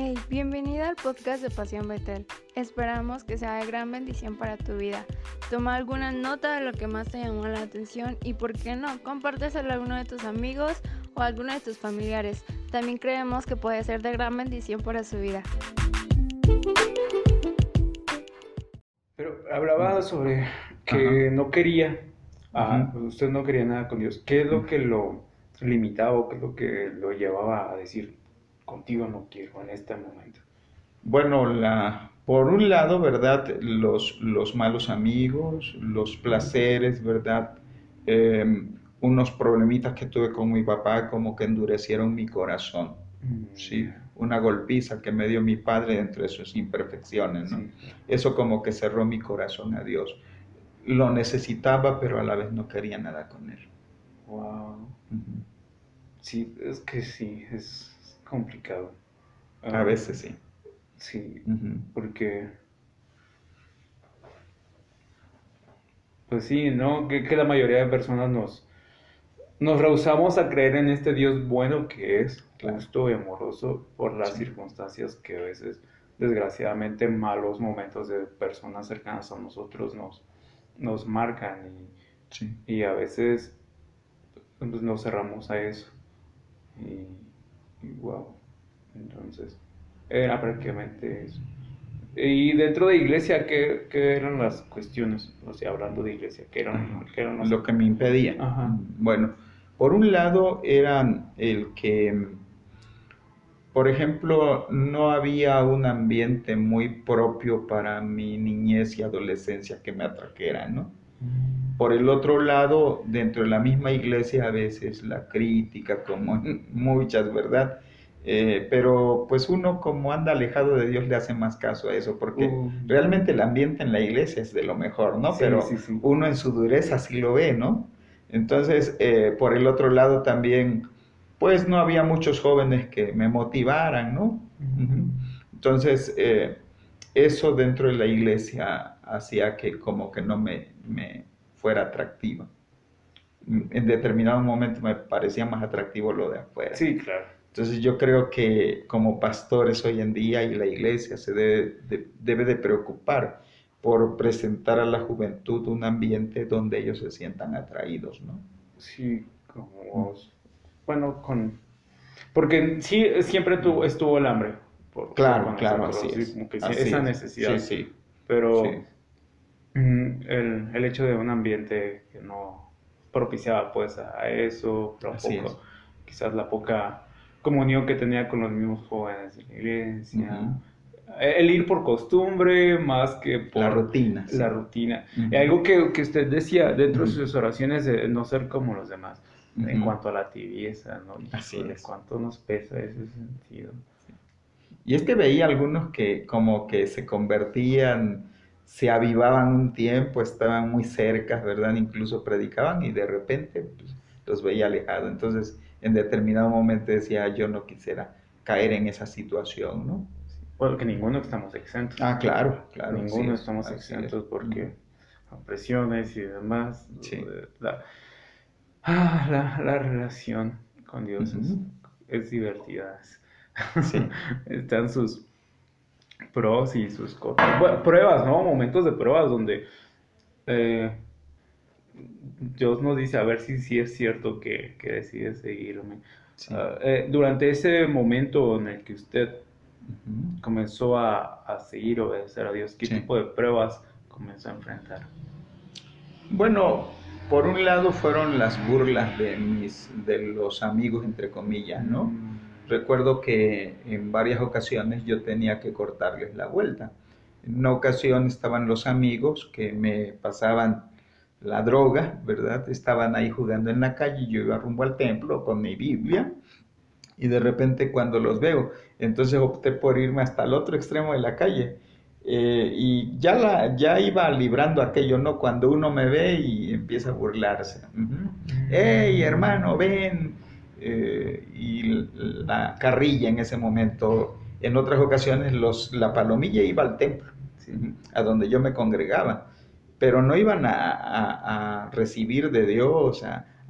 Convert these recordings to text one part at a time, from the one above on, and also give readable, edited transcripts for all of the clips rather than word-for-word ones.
Hey, bienvenida al podcast de Pasión Betel. Esperamos que sea de gran bendición para tu vida. Toma alguna nota de lo que más te llamó la atención y, por qué no, compárteselo a alguno de tus amigos o a alguno de tus familiares. También creemos que puede ser de gran bendición para su vida. Pero hablaba sobre que no quería, usted no quería nada con Dios. ¿Qué es lo que lo limitaba o qué es lo que lo llevaba a decir, contigo no quiero en este momento? Bueno, por un lado, ¿verdad? Los malos amigos, los placeres, ¿verdad? Unos problemitas que tuve con mi papá como que endurecieron mi corazón, ¿sí? Una golpiza que me dio mi padre entre sus imperfecciones, ¿no? Sí. Eso como que cerró mi corazón a Dios. Lo necesitaba, pero a la vez no quería nada con él. Wow. Sí, es que sí, es complicado. A veces sí. Sí, porque, pues sí, ¿no? Que la mayoría de personas nos rehusamos a creer en este Dios bueno que es justo y amoroso por las circunstancias que a veces, desgraciadamente, malos momentos de personas cercanas a nosotros nos marcan y a veces pues, nos cerramos a eso. Y wow, entonces era prácticamente eso. Y dentro de iglesia, ¿qué eran las cuestiones? O sea, hablando de iglesia, ¿qué eran los... Lo que me impedía. Bueno, por un lado eran el que, por ejemplo, no había un ambiente muy propio para mi niñez y adolescencia que me atraquera, ¿no? Por el otro lado, dentro de la misma iglesia a veces la crítica, como en muchas, ¿verdad? Pero pues uno como anda alejado de Dios le hace más caso a eso, porque realmente el ambiente en la iglesia es de lo mejor, ¿no? Sí, pero sí. uno en su dureza sí lo ve, ¿no? Entonces, por el otro lado también, pues no había muchos jóvenes que me motivaran, ¿no? Entonces, eso dentro de la iglesia hacía que como que no me fuera atractiva. En determinado momento me parecía más atractivo lo de afuera. Sí, claro. Entonces yo creo que como pastores hoy en día y la iglesia se debe de preocupar por presentar a la juventud un ambiente donde ellos se sientan atraídos, ¿no? Sí, como... Bueno, porque sí, siempre estuvo el hambre. Claro, así es. Como que así esa es. necesidad. Sí. Pero Sí. El hecho de un ambiente que no propiciaba pues a eso, quizás la poca comunión que tenía con los mismos jóvenes de la iglesia, el ir por costumbre más que por la rutina. La rutina. Algo que usted decía dentro de sus oraciones de no ser como los demás, en cuanto a la tibieza, ¿no? Así es. ¿Cuánto nos pesa ese sentido? Y es que veía algunos que como que se convertían, se avivaban un tiempo, estaban muy cerca, ¿verdad? Incluso predicaban y de repente pues, los veía alejados. Entonces, en determinado momento decía, yo no quisiera caer en esa situación, ¿no? Bueno, que ninguno estamos exentos. Claro. Ninguno estamos exentos porque presiones y demás. Sí. La relación con Dios es divertida. Sí. Están sus pros y sus cosas. Bueno, pruebas, ¿no? Momentos de pruebas donde Dios nos dice a ver si es cierto que decide seguirme. Sí. Durante ese momento en el que usted comenzó a seguir, obedecer a Dios, ¿qué tipo de pruebas comenzó a enfrentar? Bueno, por un lado fueron las burlas de los amigos, entre comillas, ¿no? Recuerdo que en varias ocasiones yo tenía que cortarles la vuelta. En una ocasión estaban los amigos que me pasaban la droga, ¿verdad? Estaban ahí jugando en la calle, yo iba rumbo al templo con mi Biblia y de repente cuando los veo, entonces opté por irme hasta el otro extremo de la calle. Y ya iba librando aquello, ¿no? Cuando uno me ve y empieza a burlarse. ¡Hey, hermano, ven! Y la carrilla en ese momento. En otras ocasiones la palomilla iba al templo, a donde yo me congregaba, pero no iban a recibir de Dios, a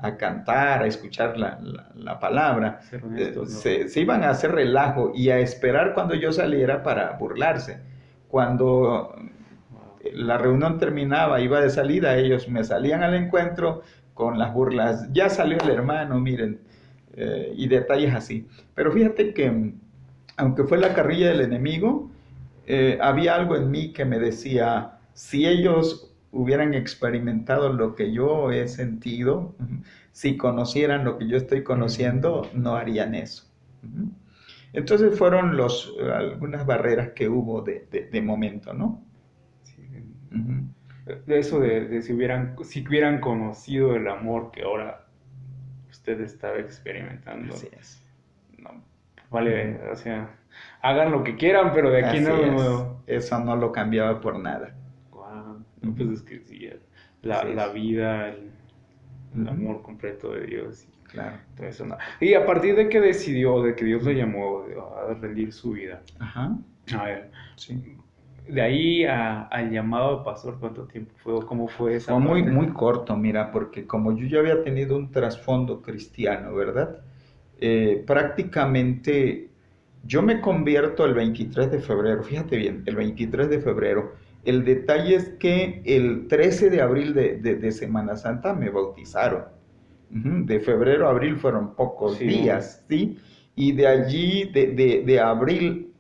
a cantar, a escuchar la palabra. Ser honestos, ¿no? Se iban a hacer relajo y a esperar cuando yo saliera para burlarse. Cuando la reunión terminaba, iba de salida, ellos me salían al encuentro con las burlas. Ya salió el hermano, miren, y detalles así. Pero fíjate que, aunque fue la carrilla del enemigo, había algo en mí que me decía, si ellos hubieran experimentado lo que yo he sentido, si conocieran lo que yo estoy conociendo, no harían eso. Entonces fueron algunas barreras que hubo de momento, ¿no? Sí. De eso de si hubieran conocido el amor que ahora usted estaba experimentando. Así es. No, vale, o sea, hagan lo que quieran, pero de aquí Así no... es. Eso no lo cambiaba por nada. Wow. Pues es que sí, la vida, el amor completo de Dios. Claro. Todo eso, no. Y a partir de que decidió, de que Dios lo llamó a rendir su vida, Ajá. a ver, Sí. de ahí al llamado de pastor, ¿cuánto tiempo fue? ¿O cómo fue esa Fue muy, parte? muy corto, mira, porque como yo ya había tenido un trasfondo cristiano, ¿verdad? Prácticamente yo me convierto el 23 de febrero, fíjate bien, el 23 de febrero. El detalle es que el 13 de abril de Semana Santa me bautizaron. De febrero a abril fueron pocos Sí. días, ¿sí? Y de allí, de abril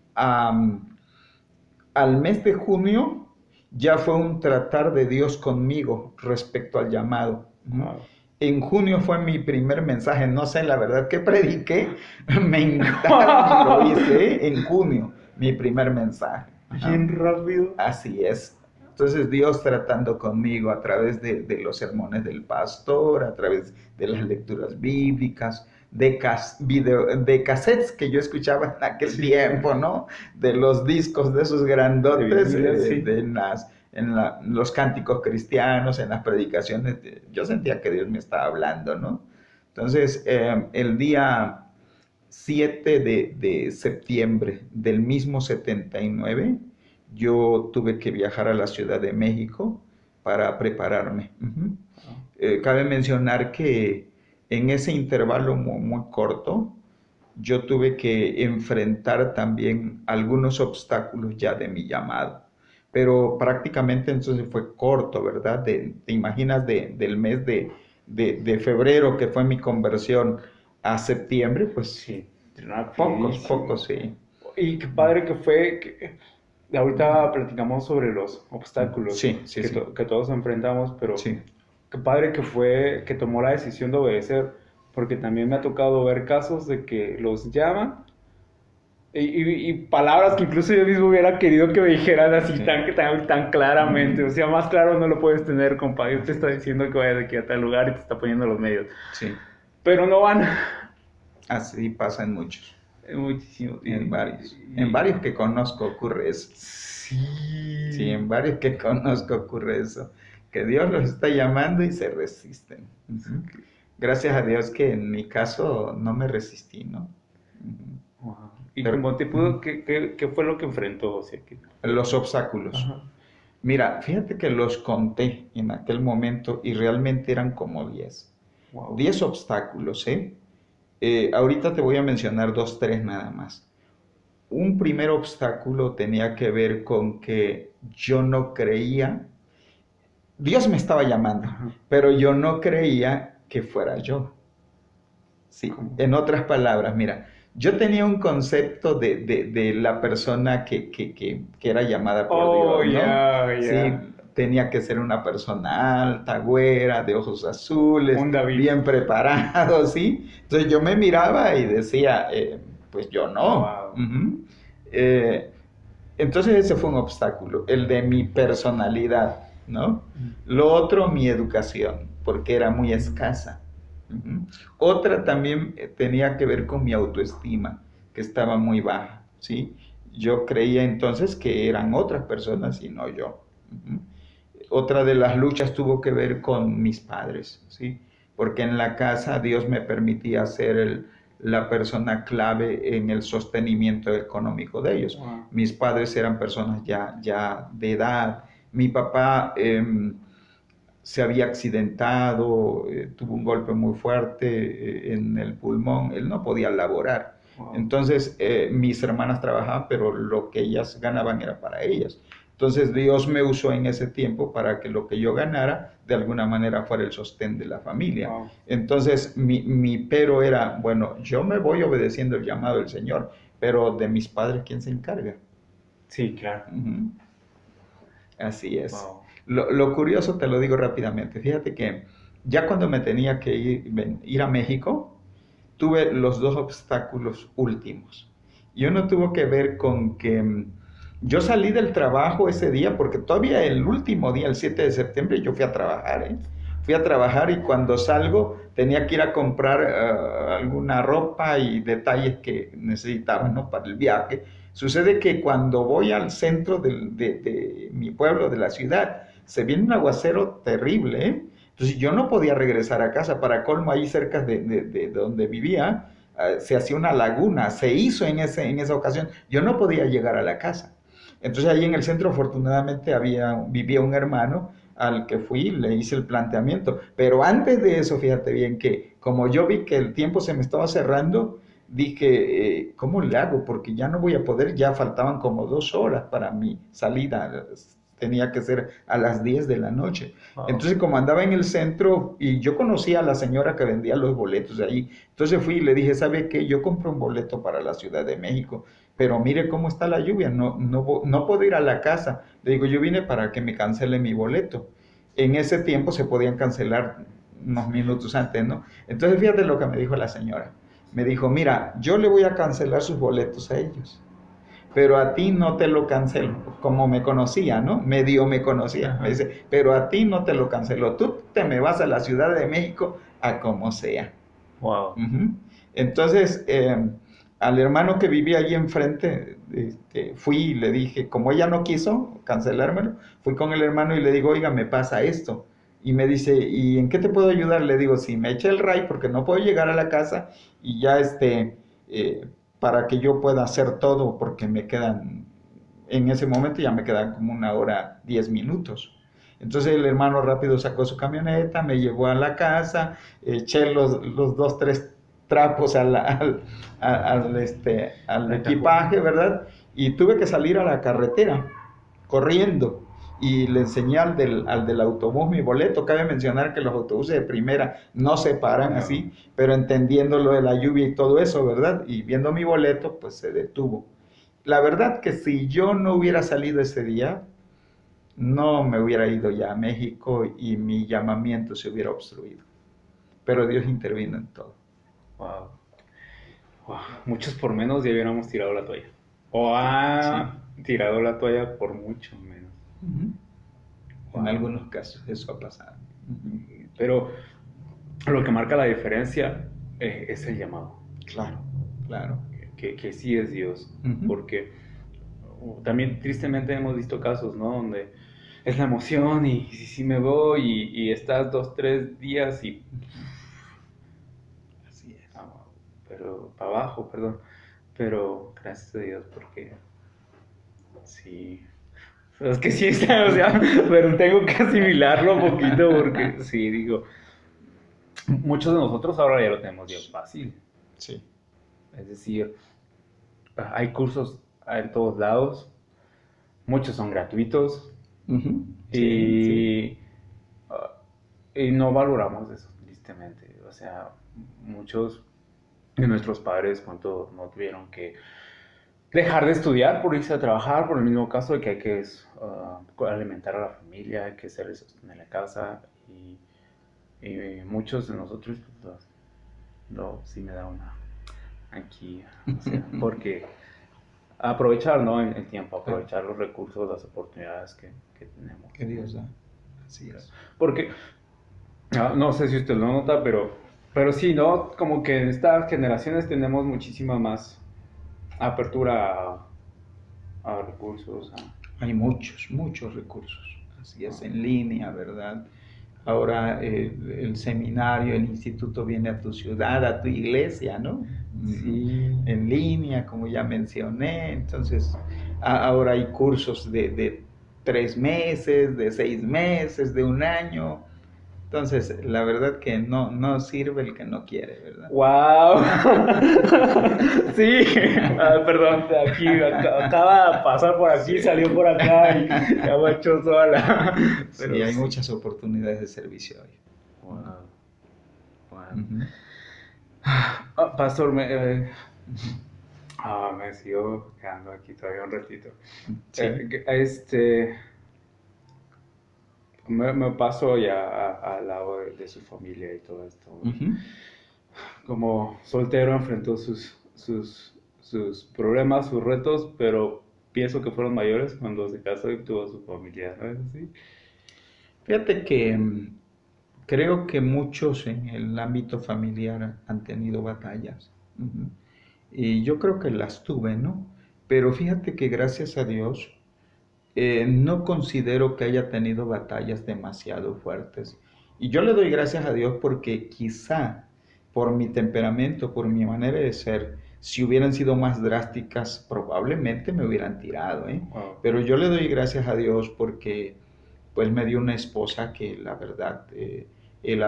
al mes de junio, ya fue un tratar de Dios conmigo respecto al llamado. Wow. En junio fue mi primer mensaje, no sé la verdad que prediqué, me invitaron y lo hice en junio, mi primer mensaje. Bien rápido. Así es. Entonces Dios tratando conmigo a través de los sermones del pastor, a través de las lecturas bíblicas, de cassettes que yo escuchaba en aquel tiempo, ¿no? De los discos de esos grandotes, sí. en los cánticos cristianos, en las predicaciones. Yo sentía que Dios me estaba hablando, ¿no? Entonces, el día 7 de septiembre del mismo 79, yo tuve que viajar a la Ciudad de México para prepararme. Cabe mencionar que en ese intervalo muy corto, yo tuve que enfrentar también algunos obstáculos ya de mi llamado. Pero prácticamente entonces fue corto, ¿verdad? Te imaginas del mes de febrero, que fue mi conversión, a septiembre, pues Sí. pocos, sí. Y qué padre que fue que ahorita platicamos sobre los obstáculos Sí. que todos enfrentamos, pero Sí. qué padre que fue que tomó la decisión de obedecer, porque también me ha tocado ver casos de que los llaman y palabras que incluso yo mismo hubiera querido que me dijeran así Sí. tan claramente. O sea, más claro no lo puedes tener, compa. Dios te está diciendo que vayas de aquí a tal lugar y te está poniendo los medios. Sí. Pero no van. Así pasa en muchos. Muchísimo. En varios que conozco ocurre eso. Sí. Sí, en varios que conozco ocurre eso. Que Dios los está llamando y se resisten. Gracias a Dios que en mi caso no me resistí, ¿no? Wow. ¿Y Pero, cómo te pudo, qué fue lo que enfrentó? O sea, los obstáculos. Ajá. Mira, fíjate que los conté en aquel momento y realmente eran como 10. Wow. 10 obstáculos, ¿eh? Ahorita te voy a mencionar 2, 3 nada más. Un primer obstáculo tenía que ver con que yo no creía, Dios me estaba llamando, pero yo no creía que fuera yo. Sí, en otras palabras, mira, yo tenía un concepto de la persona que era llamada por Dios, ¿no? Sí, tenía que ser una persona alta, güera, de ojos azules, bien preparado, ¿sí? Entonces yo me miraba y decía, pues yo no. Wow. Entonces ese fue un obstáculo, el de mi personalidad, ¿no? Lo otro, mi educación, porque era muy escasa. Otra también tenía que ver con mi autoestima, que estaba muy baja, ¿sí? Yo creía entonces que eran otras personas y no yo. Otra de las luchas tuvo que ver con mis padres, ¿sí? Porque en la casa Dios me permitía ser la persona clave en el sostenimiento económico de ellos. Wow. Mis padres eran personas ya de edad. Mi papá se había accidentado, tuvo un golpe muy fuerte en el pulmón, él no podía laborar. Wow. Entonces mis hermanas trabajaban, pero lo que ellas ganaban era para ellas. Entonces Dios me usó en ese tiempo para que lo que yo ganara de alguna manera fuera el sostén de la familia. Wow. Entonces mi pero era, bueno, yo me voy obedeciendo el llamado del Señor, pero de mis padres, ¿quién se encarga? Sí, claro. Ujú. Así es. Wow. Lo curioso, te lo digo rápidamente, fíjate que ya cuando me tenía que ir a México, tuve los dos obstáculos últimos. Y uno tuvo que ver con que yo salí del trabajo ese día, porque todavía el último día, el 7 de septiembre, yo fui a trabajar, ¿eh? Fui a trabajar y cuando salgo tenía que ir a comprar alguna ropa y detalles que necesitaba, ¿no? Para el viaje. Sucede que cuando voy al centro de mi pueblo, de la ciudad, se viene un aguacero terrible, ¿eh? Entonces yo no podía regresar a casa. Para colmo, ahí cerca de donde vivía, se hacía una laguna, se hizo en esa ocasión. Yo no podía llegar a la casa. Entonces ahí en el centro afortunadamente vivía un hermano al que fui, le hice el planteamiento. Pero antes de eso, fíjate bien que como yo vi que el tiempo se me estaba cerrando, dije, ¿cómo le hago? Porque ya no voy a poder, ya faltaban como 2 horas para mi salida, tenía que ser a las 10 de la noche. Wow. Entonces, como andaba en el centro y yo conocía a la señora que vendía los boletos de ahí, entonces fui y le dije, ¿sabe qué? Yo compré un boleto para la Ciudad de México, pero mire cómo está la lluvia, no puedo ir a la casa. Le digo, yo vine para que me cancele mi boleto. En ese tiempo se podían cancelar unos minutos antes, ¿no? Entonces, fíjate lo que me dijo la señora. Me dijo, mira, yo le voy a cancelar sus boletos a ellos, pero a ti no te lo cancelo, como me conocía, ¿no? Medio me conocía. Ajá. Me dice, pero a ti no te lo cancelo, tú te me vas a la Ciudad de México a como sea. Wow. Uh-huh. Entonces, al hermano que vivía allí enfrente, fui y le dije, como ella no quiso cancelármelo, fui con el hermano y le digo, oiga, me pasa esto. Y me dice, ¿y en qué te puedo ayudar? Le digo, si me echa el ray porque no puedo llegar a la casa y ya para que yo pueda hacer todo, porque me quedan, en ese momento ya me quedan como 1 hora 10 minutos. Entonces el hermano rápido sacó su camioneta, me llevó a la casa, eché los 2, 3 trapos al equipaje, ¿verdad? Y tuve que salir a la carretera, corriendo. Y le enseñé al del autobús mi boleto. Cabe mencionar que los autobuses de primera no se paran así, pero entendiendo lo de la lluvia y todo eso, ¿verdad? Y viendo mi boleto, pues se detuvo. La verdad que si yo no hubiera salido ese día, no me hubiera ido ya a México y mi llamamiento se hubiera obstruido. Pero Dios intervino en todo. Wow. Wow. Muchos por menos ya hubiéramos tirado la toalla. O tirado la toalla por mucho menos. Uh-huh. Wow. En algunos casos eso ha pasado. Uh-huh. Pero lo que marca la diferencia es el llamado. Claro, claro. Que sí es Dios. Uh-huh. Porque también tristemente hemos visto casos, ¿no? Donde es la emoción y si me voy y estás 2, 3 días y... Así es. Pero para abajo, perdón. Pero gracias a Dios porque sí... Es que sí, o sea, pero tengo que asimilarlo un poquito porque sí, digo, muchos de nosotros ahora ya lo tenemos bien fácil. Sí. Es decir, hay cursos en todos lados, muchos son gratuitos. Uh-huh. Y no valoramos eso, tristemente. O sea, muchos de nuestros padres, cuánto no tuvieron que dejar de estudiar por irse a trabajar, por el mismo caso de que hay que alimentar a la familia, hay que hacer sostener la casa. Y muchos de nosotros, pues, sí me da una aquí, o sea, porque aprovechar, ¿no? El tiempo, aprovechar los recursos, las oportunidades que tenemos. Que Dios da. Así es. Porque, no sé si usted lo nota, pero sí, ¿no? Como que en estas generaciones tenemos muchísima más apertura a recursos. Hay muchos recursos. Así es, en línea, ¿verdad? Ahora el seminario, el instituto viene a tu ciudad, a tu iglesia, ¿no? Sí. En línea, como ya mencioné. Entonces, ahora hay cursos de 3 meses, de 6 meses, de 1 año. Entonces, la verdad que no sirve el que no quiere, ¿verdad? ¡Wow! Sí, perdón, aquí acaba de pasar por aquí, salió por acá y ya me echó sola. Pero Sí, hay muchas oportunidades de servicio hoy. Wow. Wow. Ujú. Pastor, me sigo quedando aquí todavía un ratito. Sí. Me paso ya al lado de su familia y todo esto. Ujú. Como soltero enfrentó sus problemas, sus retos, pero pienso que fueron mayores cuando se casó y tuvo su familia, ¿no es así? Fíjate que creo que muchos en el ámbito familiar han tenido batallas. Ujú. Y yo creo que las tuve, ¿no? Pero fíjate que gracias a Dios no considero que haya tenido batallas demasiado fuertes. Y yo le doy gracias a Dios porque quizá por mi temperamento, por mi manera de ser, si hubieran sido más drásticas, probablemente me hubieran tirado, ¿eh? Wow. Pero yo le doy gracias a Dios porque pues me dio una esposa que la verdad, el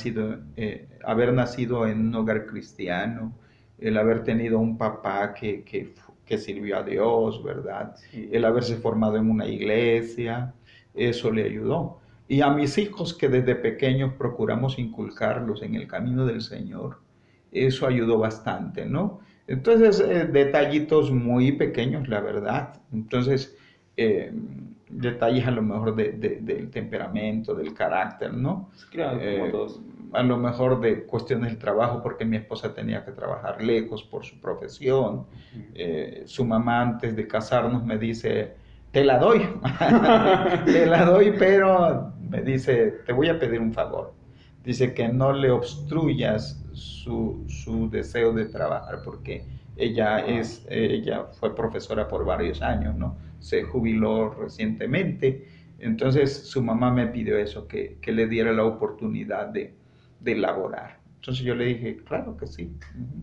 haber nacido en un hogar cristiano, el haber tenido un papá que sirvió a Dios, ¿verdad? Sí. El haberse formado en una iglesia, eso le ayudó. Y a mis hijos que desde pequeños procuramos inculcarlos en el camino del Señor, eso ayudó bastante, ¿no? Entonces, detallitos muy pequeños, la verdad. Entonces, detalles a lo mejor del temperamento, del carácter, ¿no? Claro, como todos. A lo mejor de cuestiones del trabajo, porque mi esposa tenía que trabajar lejos por su profesión. Su mamá antes de casarnos me dice, te la doy, te la doy, pero me dice, te voy a pedir un favor. Dice que no le obstruyas su deseo de trabajar, porque ella fue profesora por varios años, ¿no? Se jubiló recientemente, entonces su mamá me pidió eso, que le diera la oportunidad de laborar. Entonces yo le dije, claro que sí.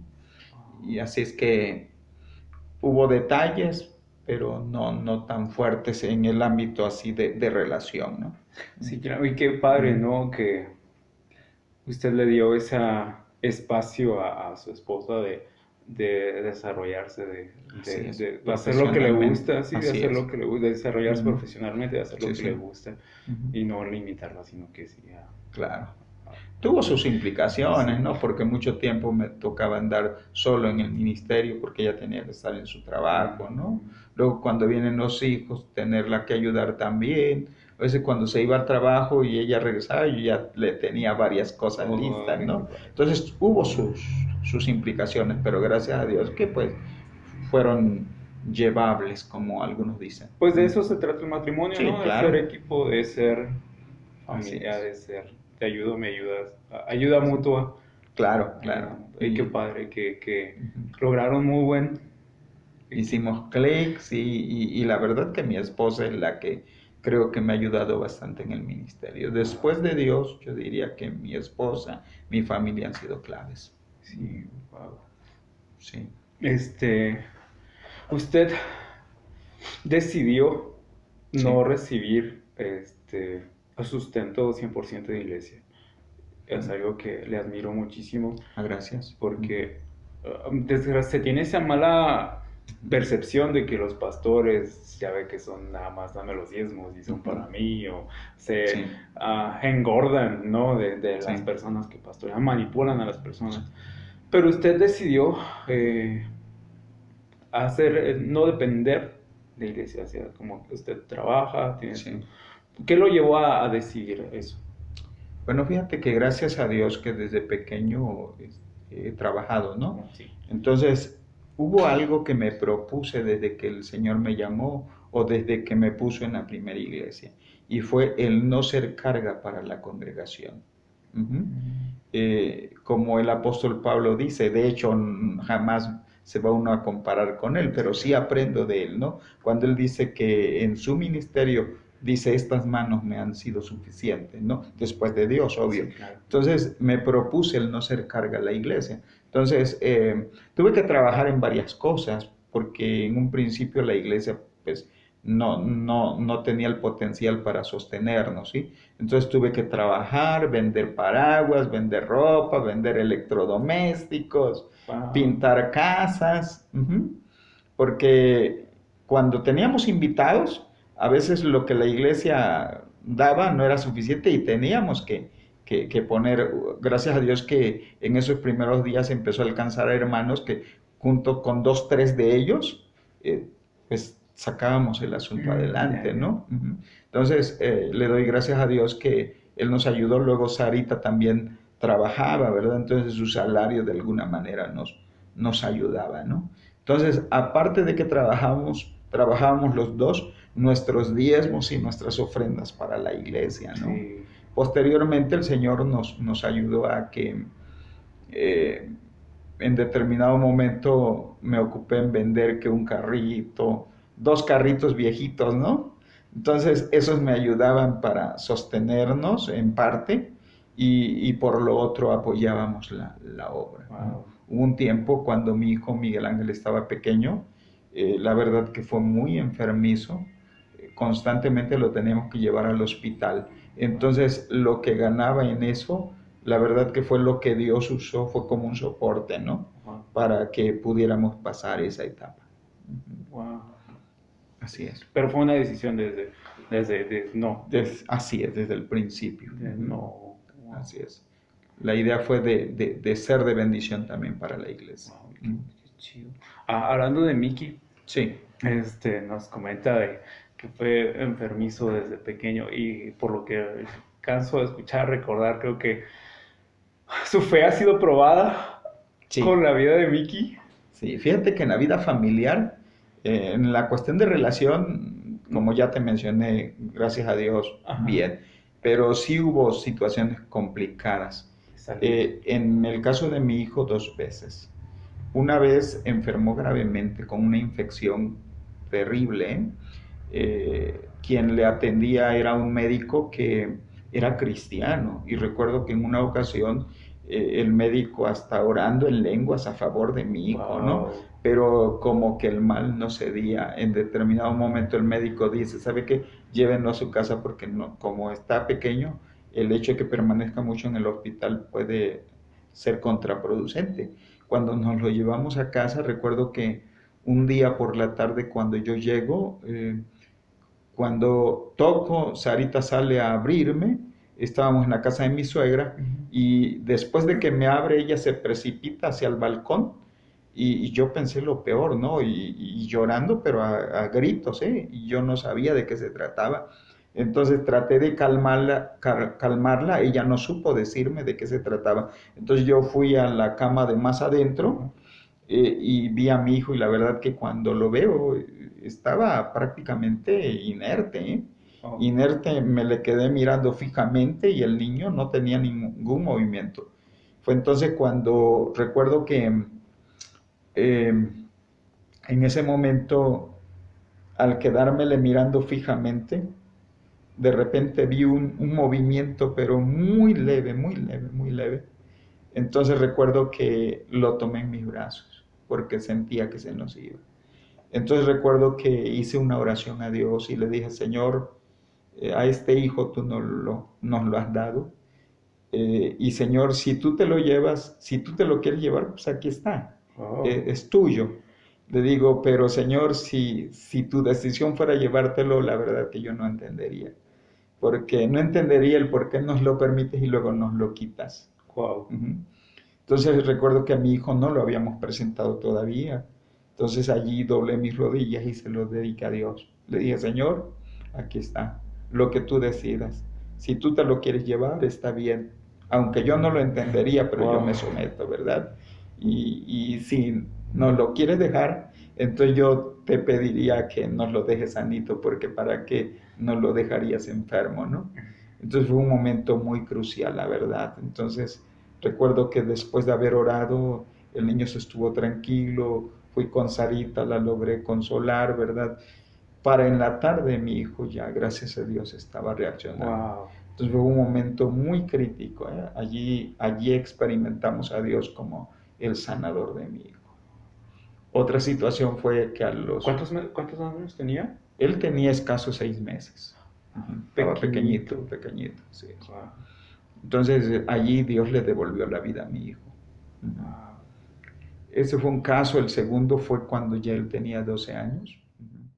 Y así es que hubo detalles, pero no tan fuertes en el ámbito así de relación, ¿no? Sí, claro, y qué padre, ¿no? Que usted le dio ese espacio a su esposa de desarrollarse, de hacer lo que le gusta, sí, de hacer lo que le gusta, de desarrollarse profesionalmente, de hacer lo que le gusta y no limitarla, sino que sí. Claro. Tuvo sus implicaciones, ¿no? Porque mucho tiempo me tocaba andar solo en el ministerio porque ella tenía que estar en su trabajo, ¿no? Luego cuando vienen los hijos, tenerla que ayudar también. A veces cuando se iba al trabajo y ella regresaba, yo ya le tenía varias cosas listas, ¿no? Entonces hubo sus implicaciones, pero gracias a Dios que pues fueron llevables, como algunos dicen. Pues de eso se trata el matrimonio, Sí, ¿no? claro. De ser equipo, de ser familia, de ser te ayudo, me ayudas, ayuda mutua. Claro, claro. Y qué padre que lograron muy buen. Hicimos clics y la verdad que mi esposa es la que creo que me ha ayudado bastante en el ministerio. Después de Dios, yo diría que mi esposa, mi familia han sido claves. Sí, wow. Sí. Usted decidió no recibir sustento 100% de iglesia. Es algo que le admiro muchísimo. Gracias. Porque se tiene esa mala percepción de que los pastores, ya ve que son nada más dame los diezmos y son para mí, o se engordan, ¿no? de las personas que pastorean, manipulan a las personas. Pero usted decidió no depender de iglesia, o sea, como que usted trabaja, tiene... ¿Qué lo llevó a decidir eso? Bueno, fíjate que gracias a Dios que desde pequeño he trabajado, ¿no? Sí. Entonces, hubo algo que me propuse desde que el Señor me llamó o desde que me puso en la primera iglesia, y fue el no ser carga para la congregación. Como el apóstol Pablo dice, de hecho, jamás se va uno a comparar con él, pero sí aprendo de él, ¿no? Cuando él dice que en su ministerio dice, estas manos me han sido suficientes, ¿no? Después de Dios, obvio. Sí, claro. Entonces, me propuse el no ser carga a la iglesia. Entonces, tuve que trabajar en varias cosas, porque en un principio la iglesia, pues, no tenía el potencial para sostenernos, ¿sí? Entonces tuve que trabajar, vender paraguas, vender ropa, vender electrodomésticos, Wow. pintar casas, porque cuando teníamos invitados, a veces lo que la iglesia daba no era suficiente y teníamos que poner, gracias a Dios que en esos primeros días empezó a alcanzar a hermanos que junto con 2, 3 de ellos, pues sacábamos el asunto adelante, ¿no? Entonces, le doy gracias a Dios que Él nos ayudó. Luego Sarita también trabajaba, ¿verdad? Entonces su salario de alguna manera nos ayudaba, ¿no? Entonces, aparte de que trabajábamos los dos nuestros diezmos y nuestras ofrendas para la iglesia, ¿no? Sí. Posteriormente el Señor nos ayudó a que en determinado momento me ocupé en vender que un carrito, 2 carritos viejitos, ¿no? Entonces esos me ayudaban para sostenernos en parte y por lo otro apoyábamos la obra. Wow. Hubo un tiempo cuando mi hijo Miguel Ángel estaba pequeño, la verdad que fue muy enfermizo, constantemente lo teníamos que llevar al hospital. Entonces lo que ganaba en eso, la verdad que fue lo que Dios usó, fue como un soporte, ¿no? Wow. Para que pudiéramos pasar esa etapa. Wow. Así es. Pero fue una decisión no. Así es, desde el principio. No. Wow. Así es. La idea fue de ser de bendición también para la iglesia. Wow, qué chido. Hablando de Mickey, Sí. nos comenta que fue enfermizo desde pequeño y por lo que canso de escuchar, recordar, creo que su fe ha sido probada Sí. con la vida de Mickey. Sí, fíjate que en la vida familiar, en la cuestión de relación, como ya te mencioné, gracias a Dios, Ajá. bien, pero sí hubo situaciones complicadas. En el caso de mi hijo, 2 veces. Una vez enfermó gravemente con una infección terrible. Quien le atendía era un médico que era cristiano y recuerdo que en una ocasión el médico hasta orando en lenguas a favor de mi hijo, Wow. ¿no? Pero como que el mal no cedía. En determinado momento el médico dice, ¿sabe qué? Llévenlo a su casa porque no, como está pequeño, el hecho de que permanezca mucho en el hospital puede ser contraproducente. Cuando nos lo llevamos a casa, recuerdo que un día por la tarde cuando yo llego, cuando toco, Sarita sale a abrirme, estábamos en la casa de mi suegra, y después de que me abre, ella se precipita hacia el balcón, y yo pensé lo peor, ¿no? Y llorando, pero a gritos, ¿eh? Y yo no sabía de qué se trataba. Entonces traté de calmarla, ella no supo decirme de qué se trataba. Entonces yo fui a la cama de más adentro, y vi a mi hijo y la verdad que cuando lo veo estaba prácticamente inerte, ¿eh? Oh. Inerte, me le quedé mirando fijamente y el niño no tenía ningún movimiento. Fue entonces cuando recuerdo que en ese momento, al quedármele mirando fijamente, de repente vi un movimiento, pero muy leve, muy leve, muy leve. Entonces recuerdo que lo tomé en mis brazos, porque sentía que se nos iba. Entonces recuerdo que hice una oración a Dios y le dije, Señor, a este hijo tú nos lo has dado. Y Señor, si tú te lo llevas, si tú te lo quieres llevar, pues aquí está, Oh. es tuyo. Le digo, pero Señor, si tu decisión fuera llevártelo, la verdad que yo no entendería. Porque no entendería el por qué nos lo permites y luego nos lo quitas. Wow. Entonces recuerdo que a mi hijo no lo habíamos presentado todavía. Entonces allí doblé mis rodillas y se lo dediqué a Dios. Le dije, Señor, aquí está, lo que tú decidas. Si tú te lo quieres llevar, está bien. Aunque yo no lo entendería, pero yo me someto, ¿verdad? Y si nos lo quieres dejar, entonces yo te pediría que nos lo dejes sanito, porque para qué nos lo dejarías enfermo, ¿no? Entonces fue un momento muy crucial, la verdad. Entonces recuerdo que después de haber orado, el niño se estuvo tranquilo, fui con Sarita, la logré consolar, ¿verdad? Para en la tarde mi hijo ya, gracias a Dios, estaba reaccionando. Wow. Entonces fue un momento muy crítico, ¿eh? Allí experimentamos a Dios como el sanador de mi hijo. Otra situación fue que a los... ¿Cuántos años tenía? Él tenía escasos 6 meses. Estaba Pequeñito. pequeñito, sí. Wow. Entonces allí Dios le devolvió la vida a mi hijo. Wow. Ese fue un caso. El segundo fue cuando ya él tenía 12 años.